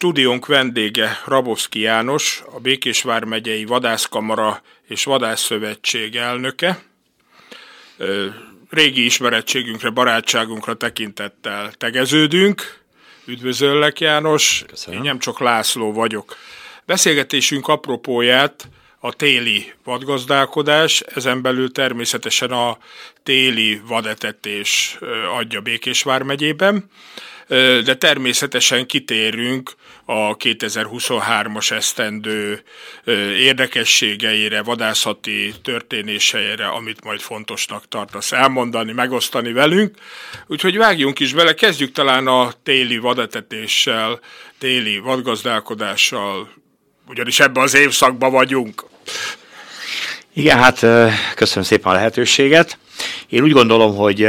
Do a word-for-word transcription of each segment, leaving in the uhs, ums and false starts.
Stúdiónk vendége Hrabowski János, a Békés vármegyei Vadászkamara és Vadászszövetség elnöke. Régi ismerettségünkre, barátságunkra tekintettel tegeződünk. Üdvözöllek, János. Köszönöm. Én nem csak László vagyok. Beszélgetésünk apropóját a téli vadgazdálkodás, ezen belül természetesen a téli vadetetés adja Békés vármegyében, de természetesen kitérünk a kétezer-huszonhármas esztendő érdekességeire, vadászati történéseire, amit majd fontosnak tartasz elmondani, megosztani velünk. Úgyhogy vágjunk is bele, kezdjük talán a téli vadetetéssel, téli vadgazdálkodással, ugyanis ebben az évszakban vagyunk. Igen, hát köszönöm szépen a lehetőséget. Én úgy gondolom, hogy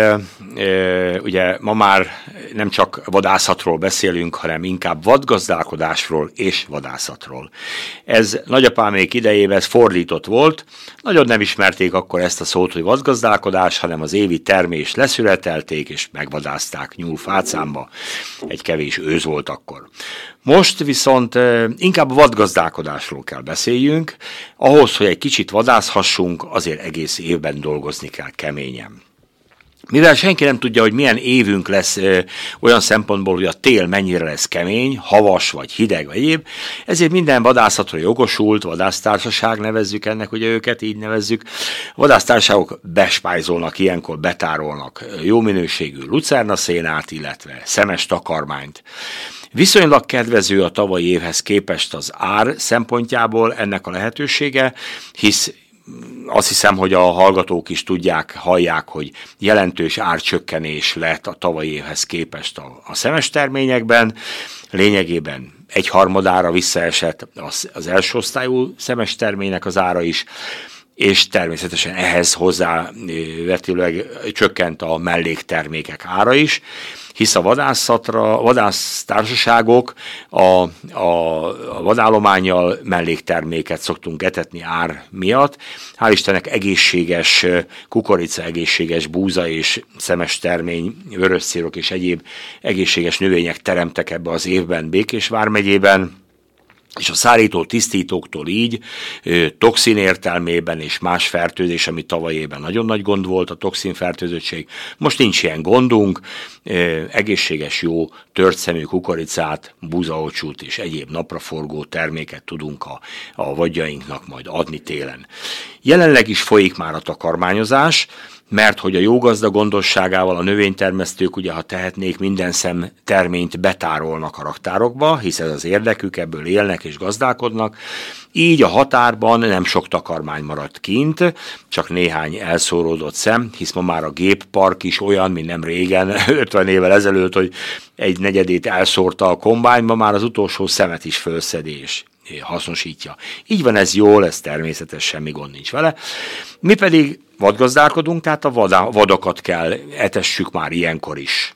e, ugye ma már nem csak vadászatról beszélünk, hanem inkább vadgazdálkodásról és vadászatról. Ez nagyapámék idejében ez fordított volt. Nagyon nem ismerték akkor ezt a szót, hogy vadgazdálkodás, hanem az évi termés leszületelték és megvadázták nyúlfácánba. Egy kevés ősz volt akkor. Most viszont inkább a vadgazdálkodásról kell beszéljünk. Ahhoz, hogy egy kicsit vadászhassunk, azért egész évben dolgozni kell keményen. Mivel senki nem tudja, hogy milyen évünk lesz ö, olyan szempontból, hogy a tél mennyire lesz kemény, havas vagy hideg vagy egyéb, ezért minden vadászatra jogosult, vadásztársaság nevezzük ennek, ugye őket így nevezzük, vadásztársaságok bespájzolnak, ilyenkor betárolnak jó minőségű lucernaszénát, illetve szemes takarmányt. Viszonylag kedvező a tavalyi évhez képest az ár szempontjából ennek a lehetősége, hisz azt hiszem, hogy a hallgatók is tudják, hallják, hogy jelentős árcsökkenés lett a tavalyi évhez képest a, a szemes terményekben. Lényegében egy harmadára visszaesett az, az első osztályú szemes terménynek az ára is, és természetesen ehhez hozzávetőleg csökkent a melléktermékek ára is, hisz a vadászatra, vadásztársaságok a, a, a vadállománnyal mellékterméket szoktunk etetni ár miatt. Hál' Istennek egészséges kukorica, egészséges búza és szemes termény, vörösszirok és egyéb egészséges növények teremtek ebbe az évben Békés vármegyében, és a szárító tisztítóktól így, toxin értelmében és más fertőzés, ami tavaly évben nagyon nagy gond volt, a toxinfertőzöttség, most nincs ilyen gondunk, egészséges, jó, törtszemű kukoricát, búzaolcsút és egyéb napraforgó terméket tudunk a, a vadjainknak majd adni télen. Jelenleg is folyik már a takarmányozás, mert hogy a jó gazda gondosságával a növénytermesztők, ugye ha tehetnék, minden szem terményt betárolnak a raktárokba, hisz ez az érdekük, ebből élnek és gazdálkodnak. Így a határban nem sok takarmány maradt kint, csak néhány elszóródott szem, hisz ma már a géppark is olyan, mint nem régen, ötven évvel ezelőtt, hogy egy negyedét elszórta a kombányba, már az utolsó szemet is fölszedés hasznosítja. Így van ez jól, ez természetes, semmi gond nincs vele. Mi pedig vadgazdálkodunk, tehát a vadá, vadakat kell etessük már ilyenkor is.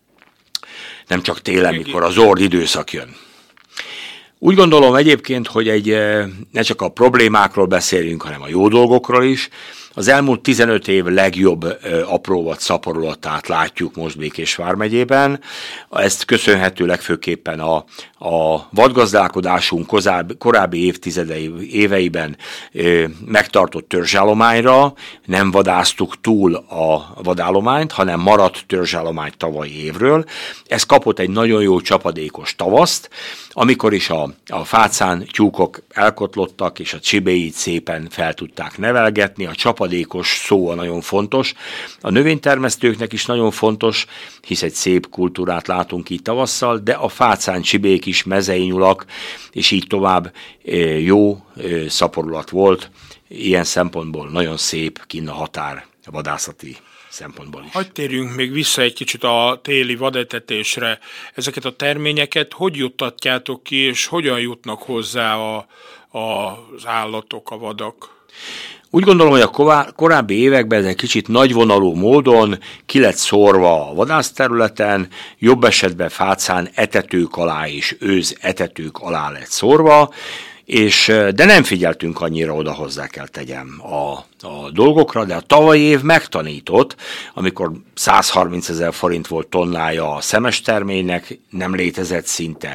Nem csak télen, mikor az zord időszak jön. Úgy gondolom egyébként, hogy egy, ne csak a problémákról beszéljünk, hanem a jó dolgokról is. Az elmúlt tizenöt év legjobb apróvat, szaporulatát látjuk most Békés vármegyében. Ezt köszönhető legfőképpen a, a vadgazdálkodásunk korábbi, korábbi évtizedei, éveiben ö, megtartott törzsállományra. Nem vadáztuk túl a vadállományt, hanem maradt törzsállomány tavalyi évről. Ez kapott egy nagyon jó csapadékos tavaszt, amikor is a, a fácán tyúkok elkotlottak, és a csibéit szépen fel tudták nevelgetni. A csapadékos szó nagyon fontos. A növénytermesztőknek is nagyon fontos, hisz egy szép kultúrát látunk így tavasszal, de a fácán csibék is, mezei nyulak, és így tovább jó szaporulat volt. Ilyen szempontból nagyon szép kinn a határ a vadászati szempontból is. Hadd térjünk még vissza egy kicsit a téli vadetetésre. Ezeket a terményeket hogy juttatjátok ki, és hogyan jutnak hozzá a, a, az állatok, a vadak? Úgy gondolom, hogy a korábbi években ez egy kicsit nagyvonalú módon ki lett szórva a vadászterületen, jobb esetben fácán etetők alá és őz etetők alá lett szórva, és, de nem figyeltünk annyira oda, hozzá kell tegyem a, a dolgokra, de a tavalyi év megtanított, amikor százharmincezer forint volt tonnája a szemes terménynek, nem létezett szinte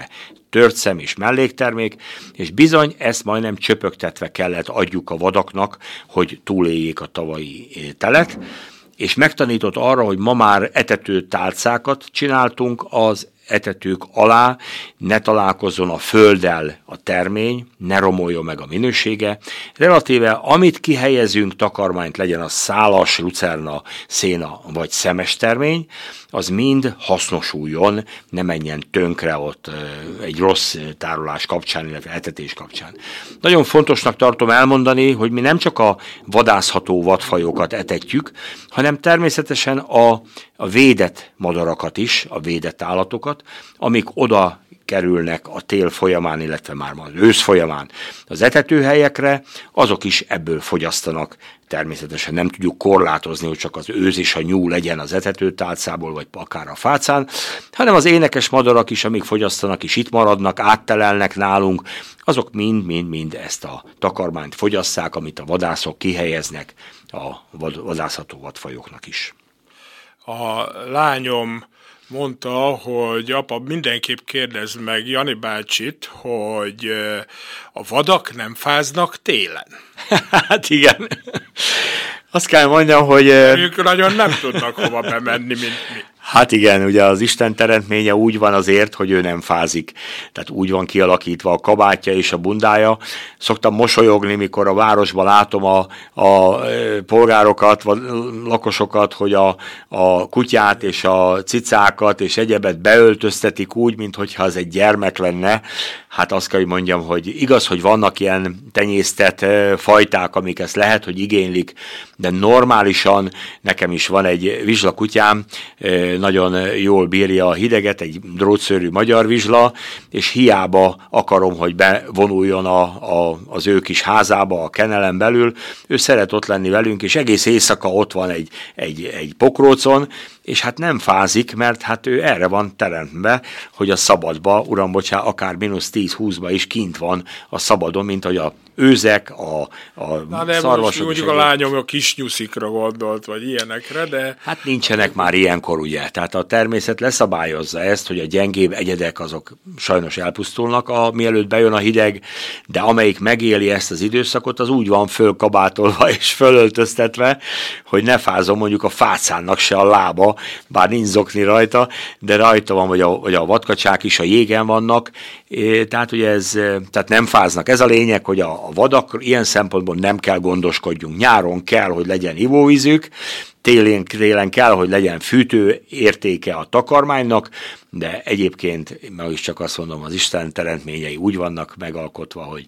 törtszem és melléktermék, és bizony ezt majdnem csöpögtetve kellett adjuk a vadaknak, hogy túléljék a tavalyi telet, és megtanított arra, hogy ma már etető tálcákat csináltunk az etetők alá, ne találkozzon a földdel a termény, ne romoljon meg a minősége. Relatíve, amit kihelyezünk, takarmányt, legyen a szálas, lucerna, széna vagy szemes termény, az mind hasznosuljon, ne menjen tönkre ott egy rossz tárolás kapcsán, illetve etetés kapcsán. Nagyon fontosnak tartom elmondani, hogy mi nem csak a vadászható vadfajokat etetjük, hanem természetesen a, a védett madarakat is, a védett állatokat, amik oda kerülnek a tél folyamán, illetve már az ősz folyamán az etetőhelyekre, azok is ebből fogyasztanak. Természetesen nem tudjuk korlátozni, hogy csak az őz és a nyúl legyen az etetőtálcából, vagy akár a fácán, hanem az énekes madarak is, amik fogyasztanak, és itt maradnak, áttelelnek nálunk, azok mind-mind-mind ezt a takarmányt fogyasszák, amit a vadászok kihelyeznek a vadászható vadfajoknak is. A lányom mondta, hogy apa, mindenképp kérdezd meg Jani bácsit, hogy a vadak nem fáznak télen. Hát igen. Azt kell mondjam, hogy... Ők nagyon nem tudnak hova bemenni, mint mi. Hát igen, ugye az Isten teremtménye úgy van azért, hogy ő nem fázik. Tehát úgy van kialakítva a kabátja és a bundája. Szoktam mosolyogni, mikor a városban látom a, a polgárokat, vagy lakosokat, hogy a, a kutyát és a cicákat és egyebet beöltöztetik úgy, mintha az egy gyermek lenne. Hát azt kell, hogy mondjam, hogy igaz, hogy vannak ilyen tenyésztett fajták, amik ezt lehet, hogy igénylik, de normálisan nekem is van egy vizslakutyám, nagyon jól bírja a hideget, egy drótszőrű magyar vizsla, és hiába akarom, hogy bevonuljon a, a, az ő kis házába, a kenelen belül, ő szeret ott lenni velünk, és egész éjszaka ott van egy, egy, egy pokrócon, és hát nem fázik, mert hát ő erre van teremtve, hogy a szabadba, uram, bocsá, akár mínusz tíz-húszba is kint van a szabadon, mint hogy a őzek, a, a Na de szarvasok. Mondjuk a lányom a kis nyuszikra gondolt, vagy ilyenekre, de... Hát nincsenek már ilyenkor, ugye. Tehát a természet leszabályozza ezt, hogy a gyengébb egyedek azok sajnos elpusztulnak, a, mielőtt bejön a hideg, de amelyik megéli ezt az időszakot, az úgy van fölkabátolva és fölöltöztetve, hogy ne fázom mondjuk a fácánnak se a lába, bár nincs zokni rajta, de rajta van, vagy a, vagy a vadkacsák is a jégen vannak, é, tehát ugye ez, tehát nem fáznak. Ez a lényeg, hogy a, a vadak ilyen szempontból nem kell gondoskodjunk. Nyáron kell, hogy legyen ivóvízük, télen, télen kell, hogy legyen fűtő értéke a takarmánynak, de egyébként, meg is csak azt mondom, az Isten teremtményei úgy vannak megalkotva, hogy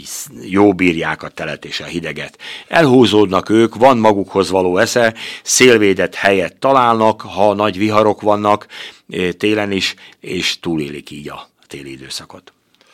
jó bírják a telet és a hideget. Elhúzódnak ők, van magukhoz való esze, szélvédett helyet találnak, ha nagy viharok vannak télen is, és túlélik így a téli időszakot.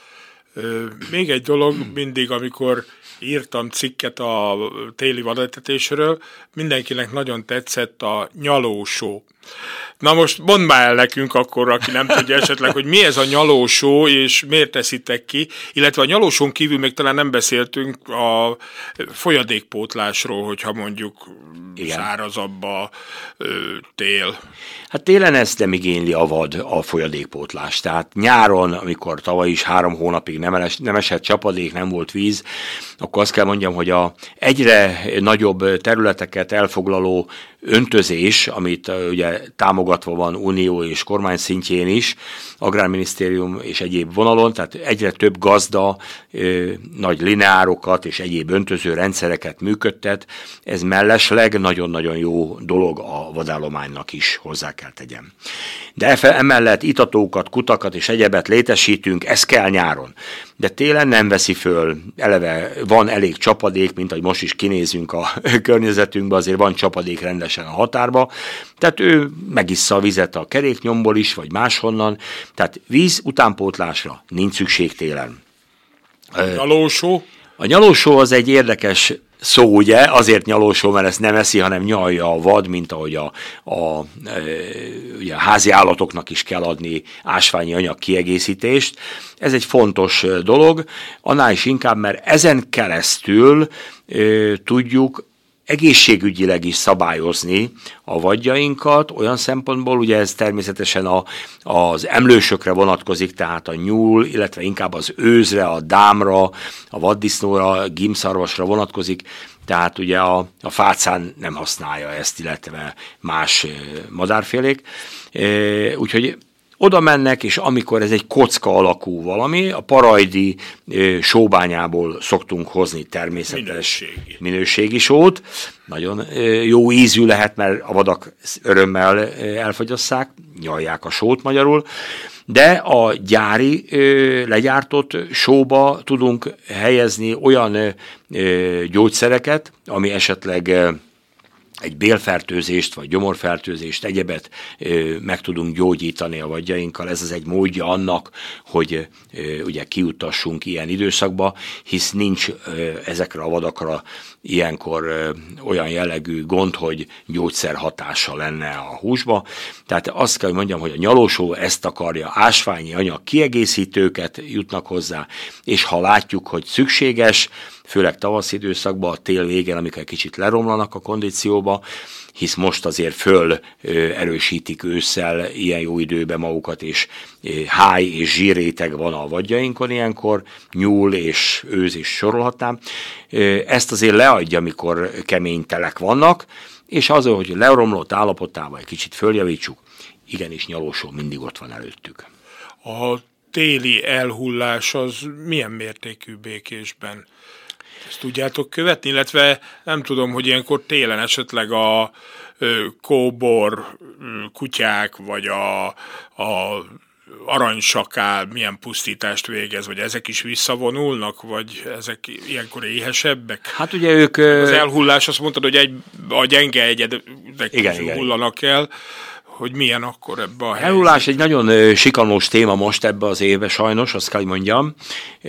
Még egy dolog, mindig, amikor írtam cikket a téli vadetetésről, mindenkinek nagyon tetszett a nyalósó. Na most mondd már el nekünk akkor, aki nem tudja esetleg, hogy mi ez a nyalósó, és miért teszitek ki, illetve a nyalósón kívül még talán nem beszéltünk a folyadékpótlásról, hogyha mondjuk igen, szárazabb a ö, tél. Hát télen ezt nem igényli a vad, a folyadékpótlás. Tehát nyáron, amikor tavaly is három hónapig nem, es, nem esett csapadék, nem volt víz, akkor azt kell mondjam, hogy a egyre nagyobb területeket elfoglaló öntözés, amit ugye támogatva van unió és kormány szintjén is, agrárminisztérium és egyéb vonalon, tehát egyre több gazda ö, nagy lineárokat és egyéb öntöző rendszereket működtet. Ez mellesleg nagyon-nagyon jó dolog a vadállománynak is, hozzá kell tegyem. De emellett itatókat, kutakat és egyebet létesítünk, ez kell nyáron. De télen nem veszi föl, eleve van elég csapadék, mint ahogy most is kinézünk a környezetünkbe, azért van csapadék rendesen a határba, tehát ő megissza a vizet a keréknyomból is, vagy máshonnan, tehát víz utánpótlásra nincs szükség télen. A nyalósó? A nyalósó az egy érdekes szó, ugye, azért nyalósó, mert ezt nem eszi, hanem nyalja a vad, mint ahogy a, a, a, ugye a házi állatoknak is kell adni ásványi anyag kiegészítést. Ez egy fontos dolog, annál is inkább, mert ezen keresztül e, tudjuk egészségügyileg is szabályozni a vadjainkat, olyan szempontból, ugye ez természetesen a, az emlősökre vonatkozik, tehát a nyúl, illetve inkább az őzre, a dámra, a vaddisznóra, a gímszarvasra vonatkozik, tehát ugye a, a fácán nem használja ezt, illetve más madárfélék. Úgyhogy oda mennek, és amikor ez egy kocka alakú valami, a parajdi e, sóbányából szoktunk hozni természetes minőségi, minőségi sót. Nagyon e, jó ízű lehet, mert a vadak örömmel e, elfogyasszák, nyalják a sót magyarul, de a gyári e, legyártott sóba tudunk helyezni olyan e, gyógyszereket, ami esetleg e, egy bélfertőzést, vagy gyomorfertőzést, egyebet ö, meg tudunk gyógyítani a vadjainkkal. Ez az egy módja annak, hogy ö, ugye kiutassunk ilyen időszakba, hisz nincs ö, ezekre a vadakra ilyenkor ö, olyan jellegű gond, hogy gyógyszer hatása lenne a húsba. Tehát azt kell, hogy mondjam, hogy a nyalósó ezt akarja, ásványi anyag kiegészítőket jutnak hozzá, és ha látjuk, hogy szükséges, főleg tavaszi időszakban, a tél végén, amikor kicsit leromlanak a kondícióba, hisz most azért föl erősítik ősszel ilyen jó időben magukat, és háj és zsírréteg van a vadjainkon ilyenkor, nyúl és őz is sorolhatnám. Ezt azért leadja, amikor kemény telek vannak, és az, hogy leromlott állapotával egy kicsit följavítsuk, igenis nyalósó mindig ott van előttük. A téli elhullás az milyen mértékű Békésben? Ezt tudjátok követni, illetve nem tudom, hogy ilyenkor télen esetleg a ö, kóbor ö, kutyák, vagy a, a aranysakál milyen pusztítást végez, vagy ezek is visszavonulnak, vagy ezek ilyenkor éhesebbek? Hát ugye ők... Az elhullás, azt mondtad, hogy egy, a gyenge egyedek igen, igen, hullanak el, hogy milyen akkor ebbe a helyzet? Elhullás egy nagyon sikanós téma most ebbe az évbe sajnos, azt kell, hogy mondjam. Ö,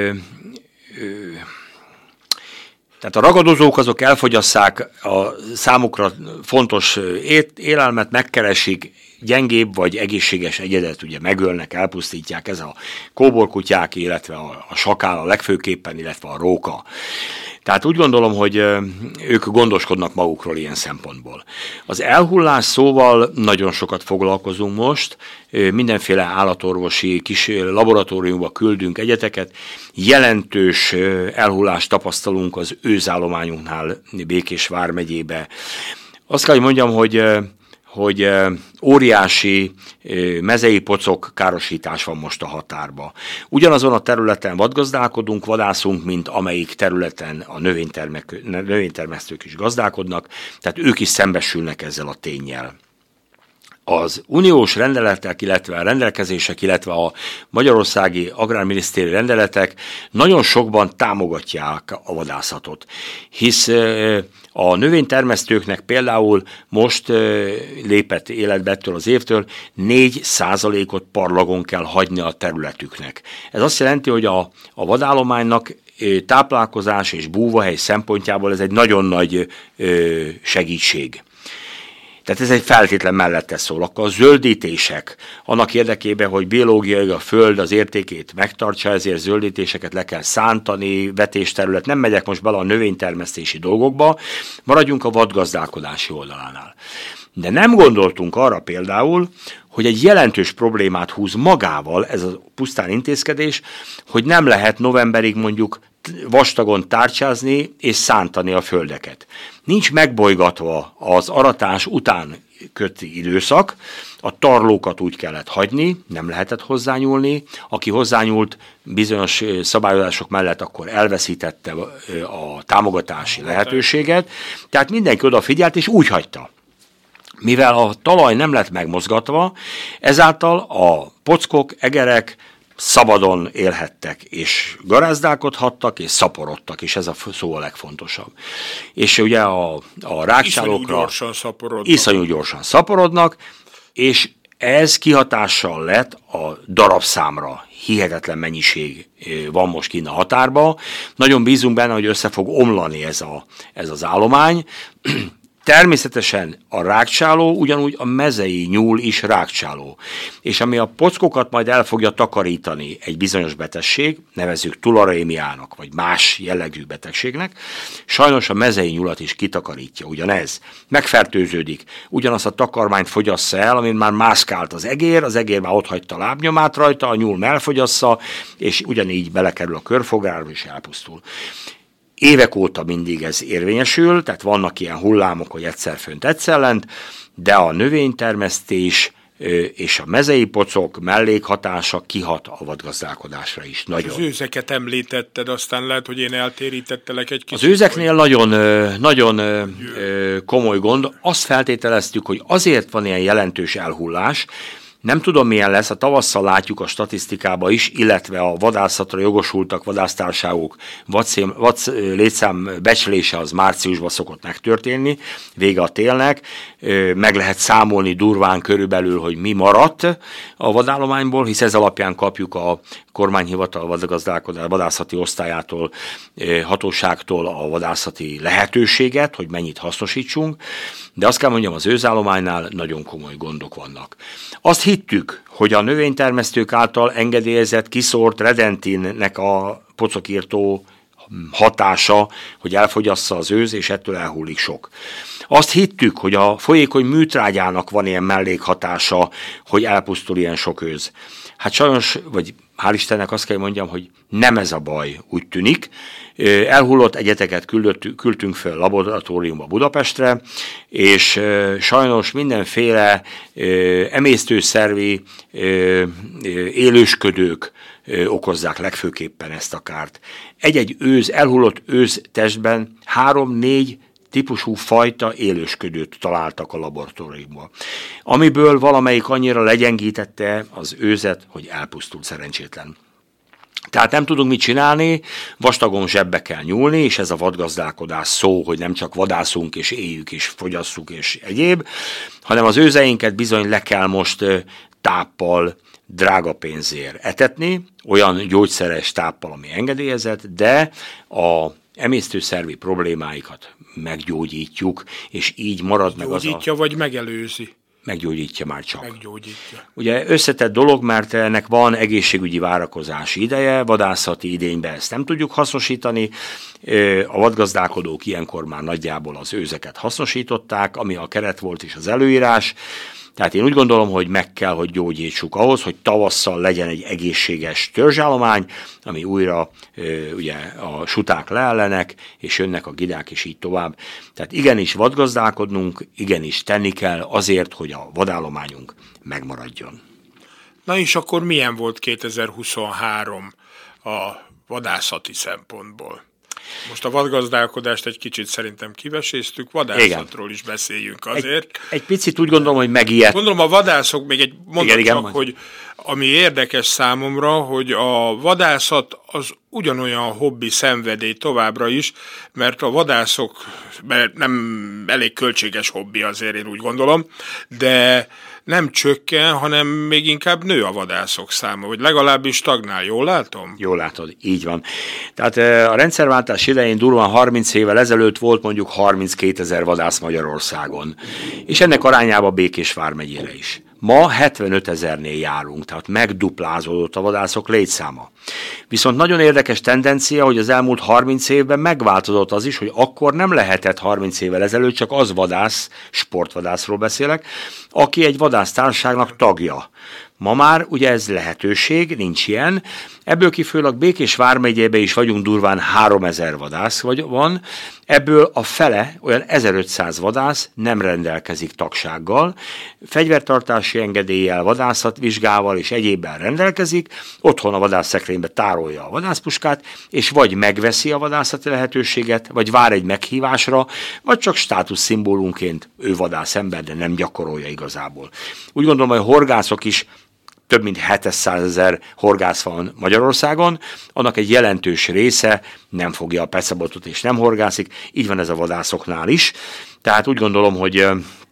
ö, Tehát a ragadozók azok elfogyasszák a számukra fontos élelmet, megkeresik, gyengébb vagy egészséges egyedet ugye megölnek, elpusztítják, ez a kóborkutyák, illetve a, a sakál a legfőképpen, illetve a róka. Tehát úgy gondolom, hogy ők gondoskodnak magukról ilyen szempontból. Az elhullás szóval nagyon sokat foglalkozunk most, mindenféle állatorvosi kis laboratóriumba küldünk egyeteket, jelentős elhullást tapasztalunk az őzállományunknál Békés vármegyébe. Azt kell, hogy mondjam, hogy hogy óriási mezei pocok károsítás van most a határba. Ugyanazon a területen vadgazdálkodunk, vadászunk, mint amelyik területen a növénytermesztők is gazdálkodnak, tehát ők is szembesülnek ezzel a ténnyel. Az uniós rendeletek, illetve a rendelkezések, illetve a magyarországi agrárminisztéri rendeletek nagyon sokban támogatják a vadászatot, hisz a növénytermesztőknek például most lépett életbe ettől az évtől négy százalékot parlagon kell hagyni a területüknek. Ez azt jelenti, hogy a, a vadállománynak táplálkozás és búvahely szempontjából ez egy nagyon nagy segítség. Tehát ez egy feltétlen mellette szól. Akkor a zöldítések, annak érdekében, hogy biológiai a föld az értékét megtartsa, ezért zöldítéseket le kell szántani, vetésterület, nem megyek most bele a növénytermesztési dolgokba, maradjunk a vadgazdálkodási oldalánál. De nem gondoltunk arra például, hogy egy jelentős problémát húz magával ez a pusztán intézkedés, hogy nem lehet novemberig mondjuk vastagon tárcsázni és szántani a földeket. Nincs megbolygatva az aratás után köti időszak, a tarlókat úgy kellett hagyni, nem lehetett hozzányúlni, aki hozzányúlt bizonyos szabályozások mellett, akkor elveszítette a támogatási lehetőséget, tehát mindenki odafigyelt és úgy hagyta. Mivel a talaj nem lett megmozgatva, ezáltal a pockok, egerek szabadon élhettek, és garázdálkodhattak, és szaporodtak, és ez a szó a legfontosabb. És ugye a, a rákcsálókra iszonyú gyorsan szaporodnak. iszonyú gyorsan szaporodnak, és ez kihatással lett a darabszámra. Hihetetlen mennyiség van most kint a határba. Nagyon bízunk benne, hogy össze fog omlani ez, a, ez az állomány. Természetesen a rágcsáló, ugyanúgy a mezei nyúl is rágcsáló. És ami a pockokat majd el fogja takarítani egy bizonyos betegség, nevezzük tularémiának, vagy más jellegű betegségnek, sajnos a mezei nyulat is kitakarítja ugyanez. Megfertőződik, ugyanazt a takarmányt fogyassza el, amin már mászkált az egér, az egér már otthagyta a lábnyomát rajta, a nyúl elfogyassza, és ugyanígy belekerül a körfogára, és elpusztul. Évek óta mindig ez érvényesül, tehát vannak ilyen hullámok, hogy egyszer fönt, egyszer lent, de a növénytermesztés és a mezei pocok mellékhatása kihat a vadgazdálkodásra is. Nagyon. Az őzeket említetted, aztán lehet, hogy én eltérítettelek egy kicsit. Az őzeknél hogy... nagyon, nagyon komoly gond. Azt feltételeztük, hogy azért van ilyen jelentős elhullás, nem tudom, milyen lesz, a tavasszal látjuk a statisztikába is, illetve a vadászatra jogosultak vadásztárságok vadszém, vadsz, létszám becslése az márciusban szokott megtörténni, vége a télnek, meg lehet számolni durván körülbelül, hogy mi maradt a vadállományból, hisz ez alapján kapjuk a kormányhivatal vadgazdálkodás vadászati osztályától, hatóságtól a vadászati lehetőséget, hogy mennyit hasznosítsunk, de azt kell mondjam, az őzállománynál nagyon komoly gondok vannak. Azt hittük, hogy a növénytermesztők által engedélyezett, kiszórt redentinnek a pocokírtó hatása, hogy elfogyassza az őz, és ettől elhullik sok. Azt hittük, hogy a folyékony műtrágyának van ilyen mellékhatása, hogy elpusztul ilyen sok őz. Hát sajnos, vagy hál' Istennek azt kell mondjam, hogy nem ez a baj, úgy tűnik. Elhullott egyeteket küldött, küldtünk fel laboratóriumba Budapestre, és sajnos mindenféle emésztőszervi élősködők okozzák legfőképpen ezt a kárt. Egy-egy őz, elhullott őz testben három-négy típusú fajta élősködőt találtak a laboratóriumban, amiből valamelyik annyira legyengítette az őzet, hogy elpusztult szerencsétlen. Tehát nem tudunk mit csinálni, vastagon zsebbe kell nyúlni, és ez a vadgazdálkodás szó, hogy nem csak vadászunk, és éljük, és fogyasszuk, és egyéb, hanem az őzeinket bizony le kell most táppal, drága pénzért etetni, olyan gyógyszeres táppal, ami engedélyezett, de a emésztőszervi problémáikat meggyógyítjuk, és így marad meg az a... Gyógyítja, vagy megelőzi? Meggyógyítja már csak. Meggyógyítja. Ugye összetett dolog, mert ennek van egészségügyi várakozási ideje, vadászati idényben ezt nem tudjuk hasznosítani. A vadgazdálkodók ilyenkor már nagyjából az őzeket hasznosították, ami a keret volt és az előírás. Tehát én úgy gondolom, hogy meg kell, hogy gyógyítsuk ahhoz, hogy tavasszal legyen egy egészséges törzsállomány, ami újra ugye a suták leellenek, és jönnek a gidák, és így tovább. Tehát igenis vadgazdálkodnunk, igenis tenni kell azért, hogy a vadállományunk megmaradjon. Na és akkor milyen volt kétezer-huszonhárom a vadászati szempontból? Most a vadgazdálkodást egy kicsit szerintem kiveséztük, vadászatról is beszéljünk azért. Egy, egy picit úgy gondolom, hogy megijedt. Gondolom a vadászok, még egy mondat igen, csak, igen, hogy ami érdekes számomra, hogy a vadászat az ugyanolyan hobbi szenvedély továbbra is, mert a vadászok, mert nem elég költséges hobbi azért, én úgy gondolom, de nem csökken, hanem még inkább nő a vadászok száma, vagy legalábbis stagnál, jól látom? Jól látod, így van. Tehát a rendszerváltás idején durván harminc évvel ezelőtt volt mondjuk harminckétezer vadász Magyarországon, és ennek arányába Békés vármegyére is. Ma hetvenötezernél járunk, tehát megduplázódott a vadászok létszáma. Viszont nagyon érdekes tendencia, hogy az elmúlt harminc évben megváltozott az is, hogy akkor nem lehetett harminc évvel ezelőtt csak az vadász, sportvadászról beszélek, aki egy vadásztársaságnak tagja. Ma már ugye ez lehetőség, nincs ilyen. Ebből kifolyólag Békés vármegyében is vagyunk durván háromezer vadász vagy van, ebből a fele, olyan ezerötszáz vadász nem rendelkezik tagsággal, fegyvertartási engedéllyel, vadászatvizsgával és egyébben rendelkezik, otthon a vadászszekrénybe tárolja a vadászpuskát, és vagy megveszi a vadászati lehetőséget, vagy vár egy meghívásra, vagy csak státuszszimbólumként ő vadász ember, de nem gyakorolja igazából. Úgy gondolom, hogy a horgászok is, több mint hétszázezer horgász van Magyarországon, annak egy jelentős része nem fogja a pecebotot és nem horgászik, így van ez a vadászoknál is. Tehát úgy gondolom, hogy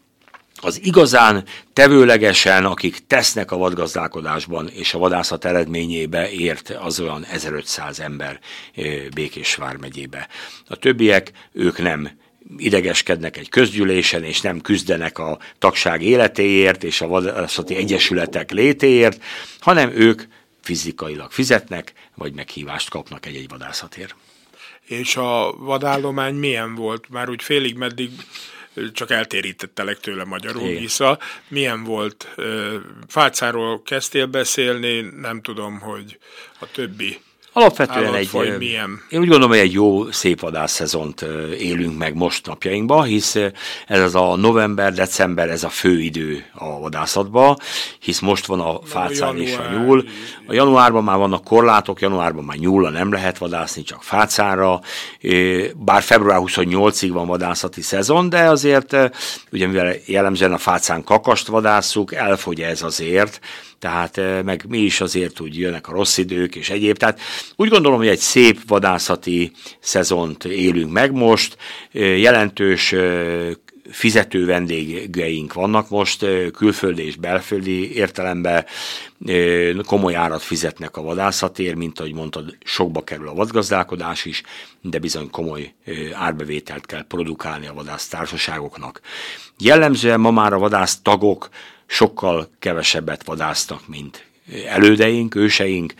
az igazán tevőlegesen, akik tesznek a vadgazdálkodásban és a vadászat eredményébe ért, az olyan ezerötszáz ember Békés vármegyébe. A többiek, ők nem idegeskednek egy közgyűlésen, és nem küzdenek a tagság életéért és a vadászati egyesületek létéért, hanem ők fizikailag fizetnek, vagy meghívást kapnak egy-egy vadászatért. És a vadállomány milyen volt? Már úgy félig meddig csak eltérítettelek tőle magyarul vissza. Milyen volt? Fácáról kezdtél beszélni, nem tudom, hogy a többi alapvetően egy, milyen. Én úgy gondolom, hogy egy jó, szép vadászszezont élünk meg most napjainkban, hisz ez az a november-december, ez a fő idő a vadászatban, hisz most van a fácán és a nyúl. A januárban már vannak korlátok, januárban már nyúlra nem lehet vadászni, csak fácánra, bár február huszonnyolcadikáig van vadászati szezon, de azért, ugye mivel jellemzően a fácán kakast vadásszuk, elfogy ez azért, tehát meg mi is azért úgy jönnek a rossz idők és egyéb. Tehát úgy gondolom, hogy egy szép vadászati szezont élünk meg most, jelentős fizető vendégeink vannak most, külföldi és belföldi értelemben komoly árat fizetnek a vadászatért, mint ahogy mondtad, sokba kerül a vadgazdálkodás is, de bizony komoly árbevételt kell produkálni a vadásztársaságoknak. Jellemzően ma már a vadásztagok sokkal kevesebbet vadásznak, mint elődeink, őseink.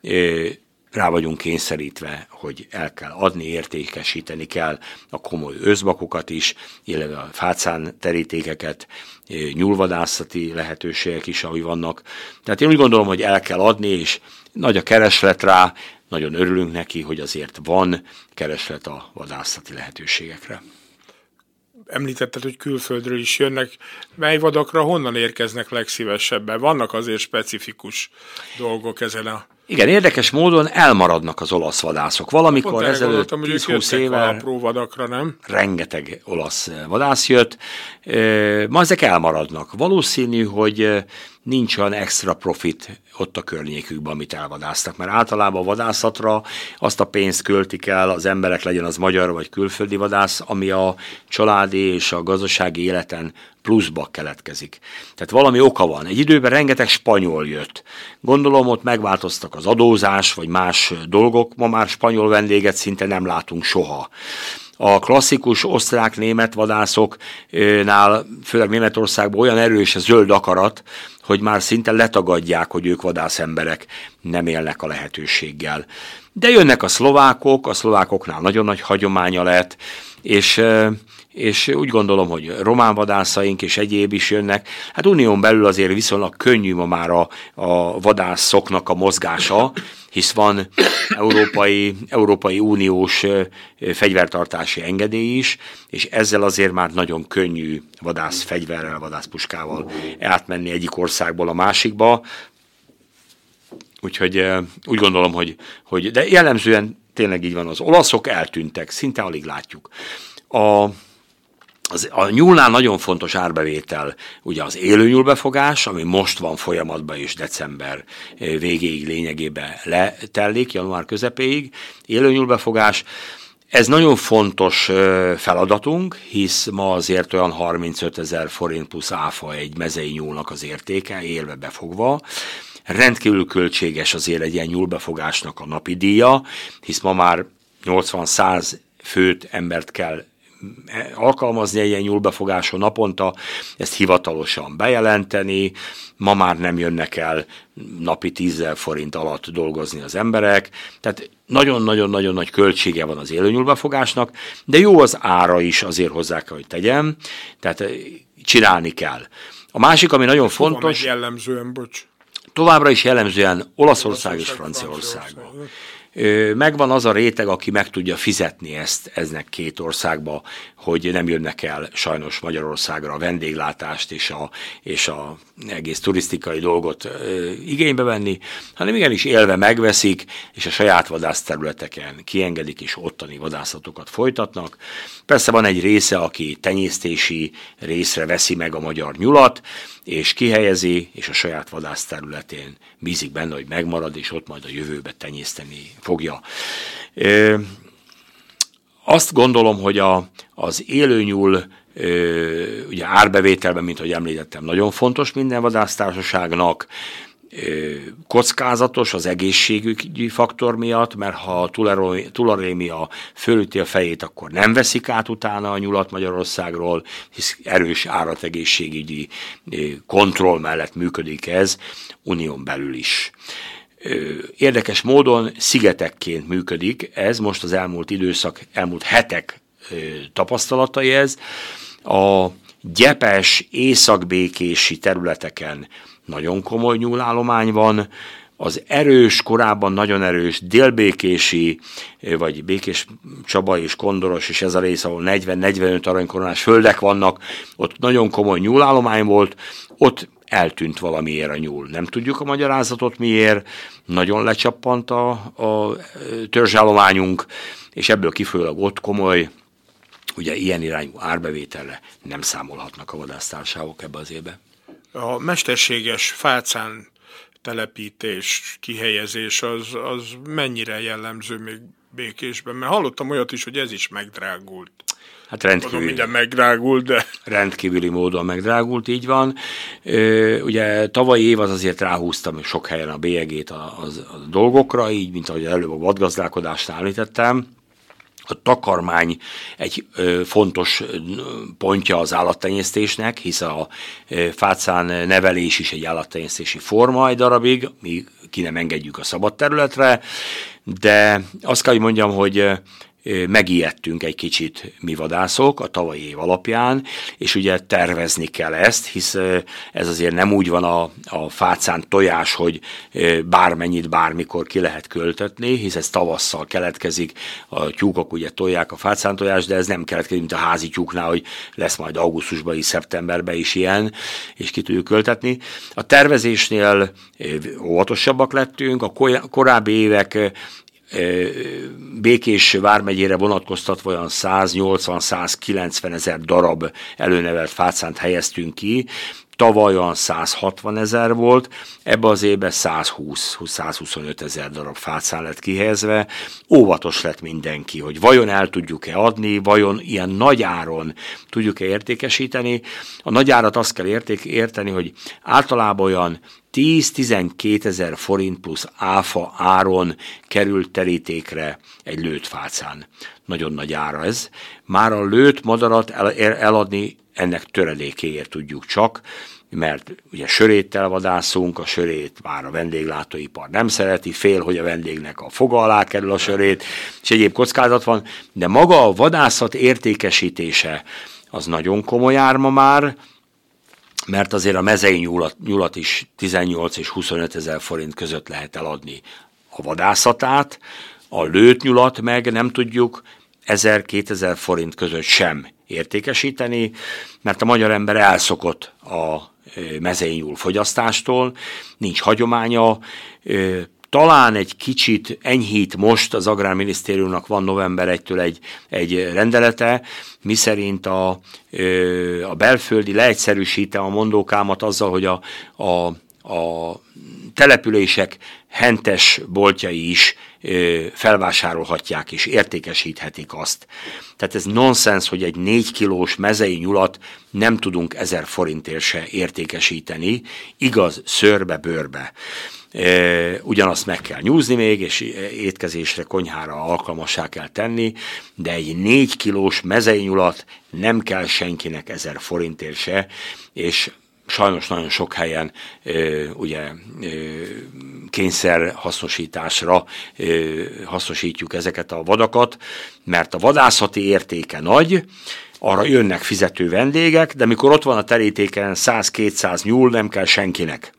Rá vagyunk kényszerítve, hogy el kell adni, értékesíteni kell a komoly őszbakokat is, illetve a fácán terítékeket, nyúlvadászati lehetőségek is, ahogy vannak. Tehát én úgy gondolom, hogy el kell adni, és nagy a kereslet rá, nagyon örülünk neki, hogy azért van kereslet a vadászati lehetőségekre. Említetted, hogy külföldről is jönnek. Mely vadakra honnan érkeznek legszívesebben? Vannak azért specifikus dolgok ezen a... Igen, érdekes módon elmaradnak az olasz vadászok. Valamikor ezelőtt tíz-húsz éve apró vadakra, nem? Rengeteg olasz vadász jött. Ma ezek elmaradnak. Valószínű, hogy nincs olyan extra profit ott a környékükben, amit elvadásztak, mert általában a vadászatra azt a pénzt költik el az emberek, legyen az magyar vagy külföldi vadász, ami a családi és a gazdasági életen pluszba keletkezik. Tehát valami oka van. Egy időben rengeteg spanyol jött. Gondolom, ott megváltoztak az adózás, vagy más dolgok. Ma már spanyol vendéget szinte nem látunk soha. A klasszikus osztrák-német vadászoknál, főleg Németországban olyan erős a zöld akarat, hogy már szinte letagadják, hogy ők vadászemberek, nem élnek a lehetőséggel. De jönnek a szlovákok, a szlovákoknál nagyon nagy hagyománya lett, és... és úgy gondolom, hogy román vadászaink és egyéb is jönnek. Hát unión belül azért viszonylag könnyű ma már a, a vadászoknak a mozgása, hisz van Európai, Európai Uniós fegyvertartási engedély is, és ezzel azért már nagyon könnyű vadászfegyverrel, vadászpuskával átmenni egyik országból a másikba. Úgyhogy úgy gondolom, hogy, hogy de jellemzően tényleg így van, az olaszok eltűntek, szinte alig látjuk. A Az, a nyúlnál nagyon fontos árbevétel, ugye az élőnyúlbefogás, ami most van folyamatban és december végéig lényegében letellik, január közepéig, élőnyúlbefogás. Ez nagyon fontos feladatunk, hisz ma azért olyan harmincötezer forint plusz áfa egy mezei nyúlnak az értéke, élve befogva. Rendkívül költséges azért egy ilyen nyúlbefogásnak a napi díja, hisz ma már nyolcvan-száz főt embert kell alkalmazni egy ilyen nyúlbefogáson naponta, ezt hivatalosan bejelenteni, ma már nem jönnek el napi tízezer forint alatt dolgozni az emberek, tehát nagyon-nagyon-nagyon nagy költsége van az élőnyúlbefogásnak, de jó az ára is, azért hozzá kell, hogy tegyem, tehát csinálni kell. A másik, ami nagyon fontos... jellemzően, bocs. Továbbra is jellemzően Olaszország és Franciaországban. Megvan az a réteg, aki meg tudja fizetni ezt eznek két országba, hogy nem jönnek el sajnos Magyarországra a vendéglátást és a, és a egész turisztikai dolgot ö, igénybe venni, hanem igenis élve megveszik, és a saját vadászterületeken kiengedik, és ottani vadászatokat folytatnak. Persze van egy része, aki tenyésztési részre veszi meg a magyar nyulat, és kihelyezi, és a saját vadászterületén bízik benne, hogy megmarad, és ott majd a jövőbe tenyészteni fogja. Ö, azt gondolom, hogy a, az élőnyúl ö, ugye árbevételben, mint ahogy említettem, nagyon fontos minden vadásztársaságnak. kockázatos az egészségügyi faktor miatt, mert ha a tulerémia fölüti a fejét, akkor nem veszik át utána a nyulat Magyarországról, hisz erős állategészségügyi kontroll mellett működik ez, unión belül is. Érdekes módon szigetekként működik ez, most az elmúlt időszak, elmúlt hetek tapasztalatai ez. A gyepes, északbékési területeken nagyon komoly nyúlállomány van, az erős, korábban nagyon erős délbékési, vagy Békés Csaba és Kondoros, és ez a rész, ahol negyven-negyvenöt aranykoronás földek vannak, ott nagyon komoly nyúlállomány volt, ott eltűnt valamiért a nyúl. Nem tudjuk a magyarázatot miért, nagyon lecsappant a, a törzsállományunk, és ebből kifolyólag ott komoly, ugye ilyen irányú árbevételre nem számolhatnak a vadásztársaságok ebbe az évbe. A mesterséges fácán telepítés, kihelyezés az, az mennyire jellemző még Békésben? Mert hallottam olyat is, hogy ez is megdrágult. Hát rendkívül. Minden megdrágult, de... Rendkívüli módon megdrágult, így van. Ö, ugye tavalyi év az azért ráhúztam sok helyen a bélyegét a, a, a dolgokra, így, mint ahogy előbb a vadgazdálkodást említettem. A takarmány egy ö, fontos pontja az állattenyésztésnek, hisz a ö, fácán nevelés is egy állattenyésztési forma egy darabig, mi ki nem engedjük a szabad területre, de azt kell, hogy mondjam, hogy megijedtünk egy kicsit mi vadászok a tavalyi év alapján, és ugye tervezni kell ezt, hisz ez azért nem úgy van a, a fácán tojás, hogy bármennyit bármikor ki lehet költetni, hisz ez tavasszal keletkezik, a tyúkok ugye tolják a fácán tojás, de ez nem keletkezik, mint a házi tyúknál, hogy lesz majd augusztusban is, szeptemberben is ilyen, és ki tudjuk költetni. A tervezésnél óvatosabbak lettünk, a korábbi évek Békés vármegyére vonatkoztatva olyan száznyolcvan-százkilencven ezer darab előnevelt fácánt helyeztünk ki, tavaly olyan százhatvan ezer volt, ebbe az évben százhúsz-százhuszonöt ezer darab fácán lett kihelyezve. Óvatos lett mindenki, hogy vajon el tudjuk-e adni, vajon ilyen nagy áron tudjuk-e értékesíteni. A nagy árat azt kell érték, érteni, hogy általában olyan tíz-tizenkét ezer forint plusz áfa áron került terítékre egy lőtt fácán. Nagyon nagy ára ez. Már a lőtt madarat el, eladni ennek töredékéért tudjuk csak, mert ugye söréttel vadászunk, a sörét már a vendéglátóipar nem szereti, fél, hogy a vendégnek a foga alá kerül a sörét, és egyéb kockázat van, de maga a vadászat értékesítése az nagyon komoly árma már, mert azért a mezei nyulat, nyulat is tizennyolc és huszonöt ezer forint között lehet eladni a vadászatát, a lőtt nyulat meg nem tudjuk ezer-kétezer forint között sem értékesíteni, mert a magyar ember elszokott a mezei nyúl fogyasztástól, nincs hagyománya, talán egy kicsit enyhít most, az Agrárminisztériumnak van november elsejétől egy, egy rendelete, miszerint a, a belföldi leegyszerűsítem a mondókámat azzal, hogy a, a, a települések hentes boltjai is felvásárolhatják és értékesíthetik azt. Tehát ez nonsens, hogy egy négy kilós mezei nyulat nem tudunk ezer forintért se értékesíteni, igaz, szőrbe-bőrbe. Ugyanazt meg kell nyúzni még, és étkezésre, konyhára alkalmassá kell tenni, de egy négy kilós mezei nyulat nem kell senkinek ezer forintért se, és sajnos nagyon sok helyen ö, ugye ö, kényszer hasznosításra ö, hasznosítjuk ezeket a vadakat, mert a vadászati értéke nagy, arra jönnek fizető vendégek, de mikor ott van a terítéken száz-kétszáz nyúl, nem kell senkinek.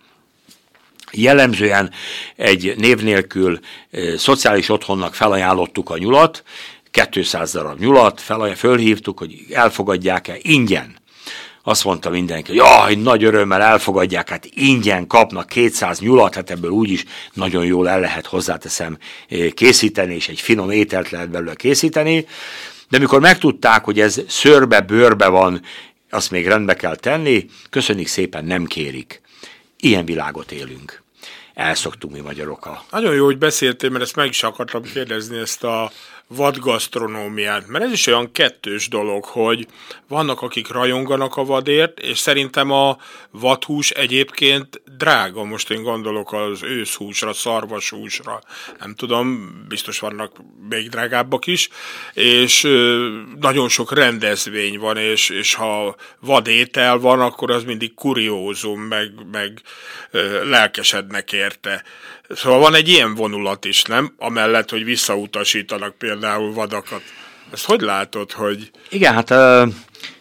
Jellemzően egy név nélkül ö, szociális otthonnak felajánlottuk a nyulat, kétszáz darab nyulat, felaj- fölhívtuk, hogy elfogadják-e ingyen. Azt mondta mindenki, hogy jaj, nagy örömmel elfogadják, hát ingyen kapnak kétszáz nyulat, hát ebből úgyis nagyon jól el lehet, hozzáteszem, készíteni, és egy finom ételt lehet belőle készíteni. De mikor megtudták, hogy ez szőrbe-bőrbe van, azt még rendbe kell tenni, köszönjük szépen, nem kérik. Ilyen világot élünk. Elszoktunk mi magyarok a... Nagyon jó, hogy beszéltél, mert ezt meg is akartam kérdezni, ezt a vadgasztronómiát, mert ez is olyan kettős dolog, hogy vannak, akik rajonganak a vadért, és szerintem a vadhús egyébként drága, most én gondolok az őszhúsra, szarvashúsra, nem tudom, biztos vannak még drágábbak is, és nagyon sok rendezvény van, és, és ha vadétel van, akkor az mindig kuriózum, meg, meg lelkesednek érte. Szóval van egy ilyen vonulat is, nem? Amellett, hogy visszautasítanak például vadakat. Ezt hogy látod, hogy... Igen, hát uh,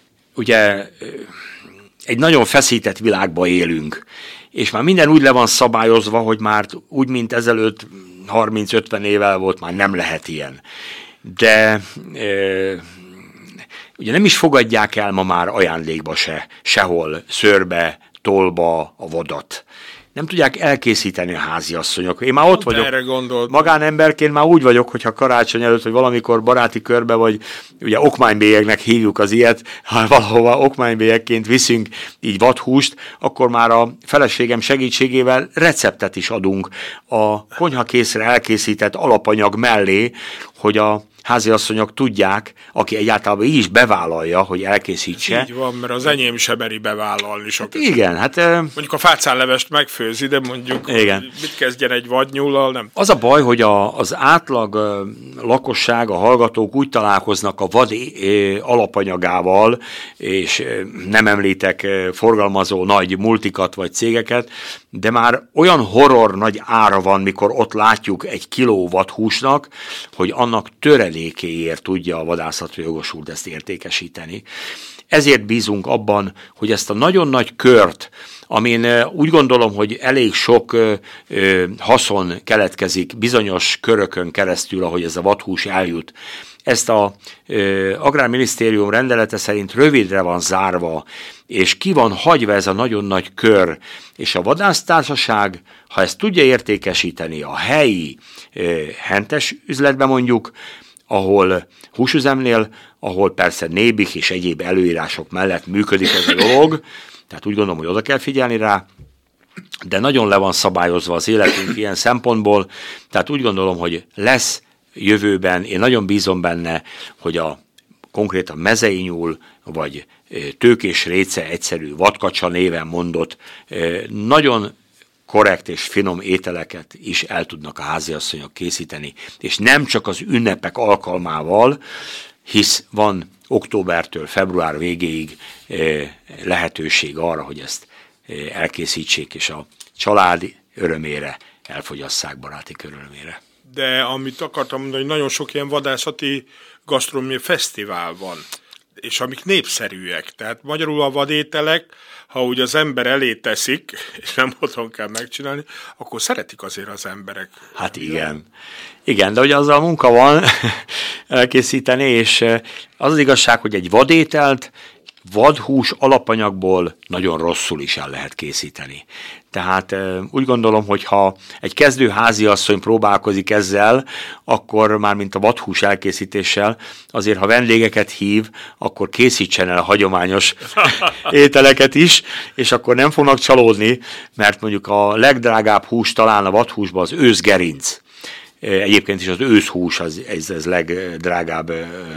ugye uh, egy nagyon feszített világban élünk, és már minden úgy le van szabályozva, hogy már úgy, mint ezelőtt harminc-ötven évvel volt, már nem lehet ilyen. De uh, ugye nem is fogadják el ma már ajándékba se, sehol, szőrbe, tollba a vadat. Nem tudják elkészíteni a háziasszonyok. Én már ott vagyok, erre gondolt. Magánemberként már úgy vagyok, hogyha karácsony előtt, vagy valamikor baráti körbe, vagy ugye okmánybélyegnek hívjuk az ilyet, ha valahova okmánybélyegként viszünk így vadhúst, akkor már a feleségem segítségével receptet is adunk a konyhakészre elkészített alapanyag mellé, hogy a háziasszonyok tudják, aki egyáltalán így is bevállalja, hogy elkészítse. Így van, mert az enyém sem meri bevállalni sok. Hát igen, hát... Mondjuk a fácánlevest megfőzi, de mondjuk igen. Mit kezdjen egy vadnyúllal, nem? Az a baj, hogy a, az átlag lakosság, a hallgatók úgy találkoznak a vad alapanyagával, és nem említek forgalmazó nagy multikat vagy cégeket, de már olyan horror nagy ára van, mikor ott látjuk egy kiló vadhúsnak, hogy annak töredékéért tudja a vadászatra jogosult ezt értékesíteni. Ezért bízunk abban, hogy ezt a nagyon nagy kört, amin úgy gondolom, hogy elég sok ö, ö, haszon keletkezik bizonyos körökön keresztül, ahogy ez a vadhús eljut, ezt a ö, Agrárminisztérium rendelete szerint rövidre van zárva, és ki van hagyva ez a nagyon nagy kör, és a vadásztársaság, ha ezt tudja értékesíteni a helyi ö, hentes üzletben mondjuk, ahol húsüzemnél, ahol persze nébik és egyéb előírások mellett működik ez a dolog, tehát úgy gondolom, hogy oda kell figyelni rá, de nagyon le van szabályozva az életünk ilyen szempontból, tehát úgy gondolom, hogy lesz jövőben, én nagyon bízom benne, hogy a konkrétan mezei nyúl, vagy tőkés réce egyszerű vadkacsa néven mondott, nagyon korrekt és finom ételeket is el tudnak a háziasszonyok készíteni, és nem csak az ünnepek alkalmával, hisz van októbertől február végéig lehetőség arra, hogy ezt elkészítsék, és a család örömére elfogyasszák, baráti körülmére. De amit akartam mondani, hogy nagyon sok ilyen vadászati gasztronómiai fesztivál van, és amik népszerűek. Tehát magyarul a vadételek, ha úgy az ember elé teszik, és nem otthon kell megcsinálni, akkor szeretik azért az emberek. Hát igen. Igen, de ugye azzal munka van elkészíteni, és az az igazság, hogy egy vadételt vadhús alapanyagból nagyon rosszul is el lehet készíteni. Tehát úgy gondolom, hogy ha egy kezdő háziasszony próbálkozik ezzel, akkor már mint a vadhús elkészítéssel, azért ha vendégeket hív, akkor készítsen el a hagyományos ételeket is, és akkor nem fognak csalódni, mert mondjuk a legdrágább hús talán a vadhúsban az őszgerinc. Egyébként is az őszhús az, ez, ez legdrágább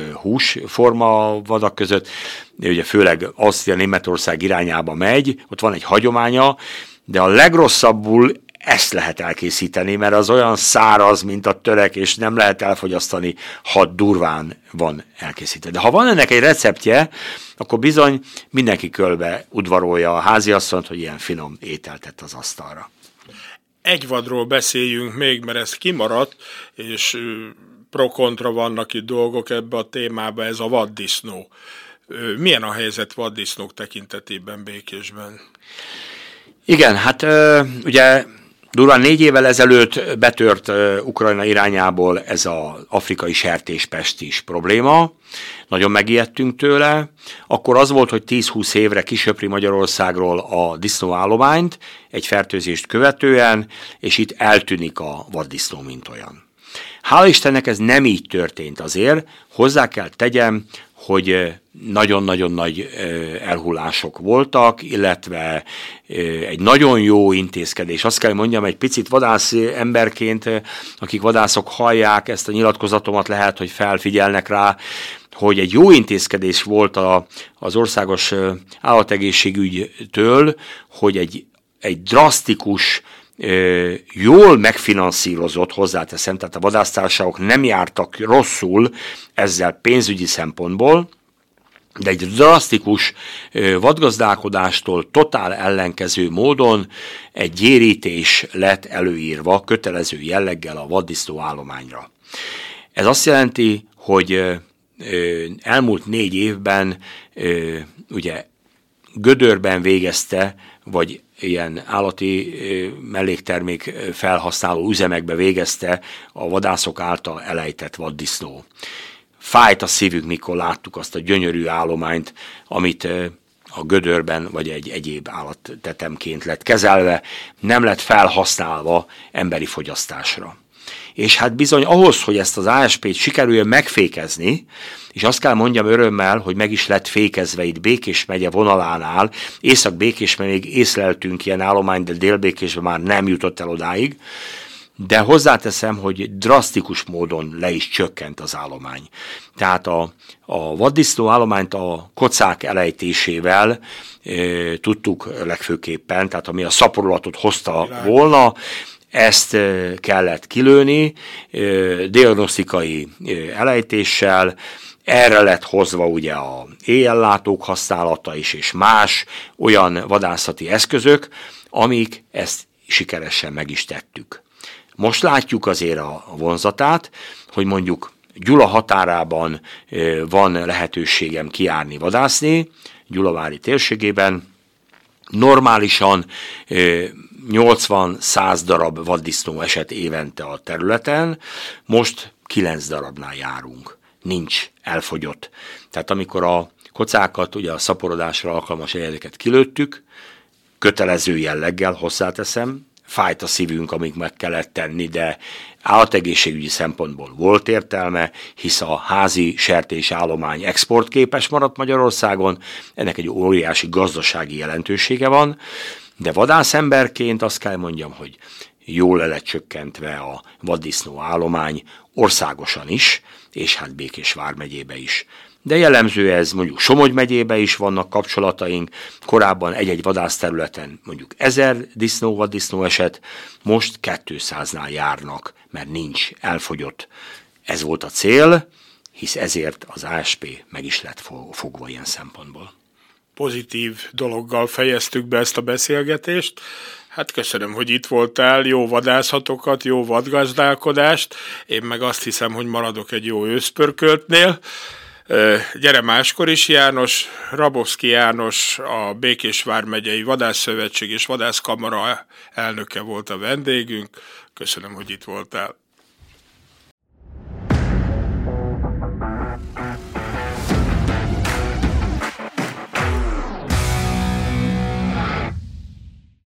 húsforma a vadak között, ugye főleg Ausztria, Németország irányába megy, ott van egy hagyománya, de a legrosszabbul ezt lehet elkészíteni, mert az olyan száraz, mint a törek, és nem lehet elfogyasztani, ha durván van elkészíteni. De ha van ennek egy receptje, akkor bizony mindenki körbe udvarolja a háziasszonyt, hogy ilyen finom ételt tett az asztalra. Egy vadról beszéljünk még, mert ez kimaradt, és pro-kontra vannak itt dolgok ebbe a témába, ez a vaddisznó. Milyen a helyzet vaddisznók tekintetében Békésben? Igen, hát ugye durván négy évvel ezelőtt betört Ukrajna irányából ez az afrikai sertéspestis probléma. Nagyon megijedtünk tőle. Akkor az volt, hogy tíz-húsz évre kisöpri Magyarországról a disznóállományt egy fertőzést követően, és itt eltűnik a vaddisznó mint olyan. Hála Istennek ez nem így történt azért, hozzá kell tegyem, hogy nagyon-nagyon nagy elhullások voltak, illetve egy nagyon jó intézkedés. Azt kell mondjam, egy picit vadász emberként, akik vadászok hallják ezt a nyilatkozatomat, lehet, hogy felfigyelnek rá, hogy egy jó intézkedés volt a, az országos állategészségügytől, hogy egy, egy drasztikus, jól megfinanszírozott, hozzáteszem, tehát a vadásztársaságok nem jártak rosszul ezzel pénzügyi szempontból, de egy drasztikus vadgazdálkodástól totál ellenkező módon egy gyérítés lett előírva kötelező jelleggel a vaddisznó állományra. Ez azt jelenti, hogy elmúlt négy évben ugye Gödörben végezte, vagy ilyen állati melléktermék felhasználó üzemekbe végezte a vadászok által elejtett vaddisznó. Fájt a szívünk, mikor láttuk azt a gyönyörű állományt, amit a Gödörben vagy egy egyéb állattetemként lett kezelve, nem lett felhasználva emberi fogyasztásra. És hát bizony ahhoz, hogy ezt az á es pét sikerüljön megfékezni, és azt kell mondjam örömmel, hogy meg is lett fékezve itt Békés megye vonalánál, Észak-Békésben még észleltünk ilyen állományt, de Dél-Békésben már nem jutott el odáig, de hozzáteszem, hogy drasztikus módon le is csökkent az állomány. Tehát a, a vaddisznó állományt a kocák elejtésével e, tudtuk legfőképpen, tehát ami a szaporulatot hozta Világ. volna, ezt kellett kilőni diagnosztikai elejtéssel, erre lett hozva ugye a éjjellátók használata is, és más olyan vadászati eszközök, amik ezt sikeresen meg is tettük. Most látjuk azért a vonzatát, hogy mondjuk Gyula határában van lehetőségem kijárni vadászni, Gyulavári térségében, normálisan nyolcvan-száz darab vaddisznó eset évente a területen, most kilenc darabnál járunk. Nincs, elfogyott. Tehát amikor a kocákat, ugye a szaporodásra alkalmas egyedeket kilőttük, kötelező jelleggel, hozzáteszem, fájt a szívünk, amíg meg kellett tenni, de állategészségügyi szempontból volt értelme, hisz a házi sertésállomány exportképes maradt Magyarországon, ennek egy óriási gazdasági jelentősége van, de vadászemberként azt kell mondjam, hogy jól le lett csökkentve a vaddisznó állomány országosan is, és hát Békés vármegyébe is. De jellemző ez, mondjuk Somogy megyébe is vannak kapcsolataink, korábban egy-egy vadászterületen mondjuk ezer disznó, vaddisznó eset, most kétszáznál járnak, mert nincs, elfogyott. Ez volt a cél, hisz ezért az á es pé meg is lett fogva ilyen szempontból. Pozitív dologgal fejeztük be ezt a beszélgetést. Hát köszönöm, hogy itt voltál, jó vadászatokat, jó vadgazdálkodást, én meg azt hiszem, hogy maradok egy jó őszpörköltnél. Gyere máskor is, János. Rabowski János, a Békés vármegyei Vadászszövetség és Vadászkamara elnöke volt a vendégünk. Köszönöm, hogy itt voltál.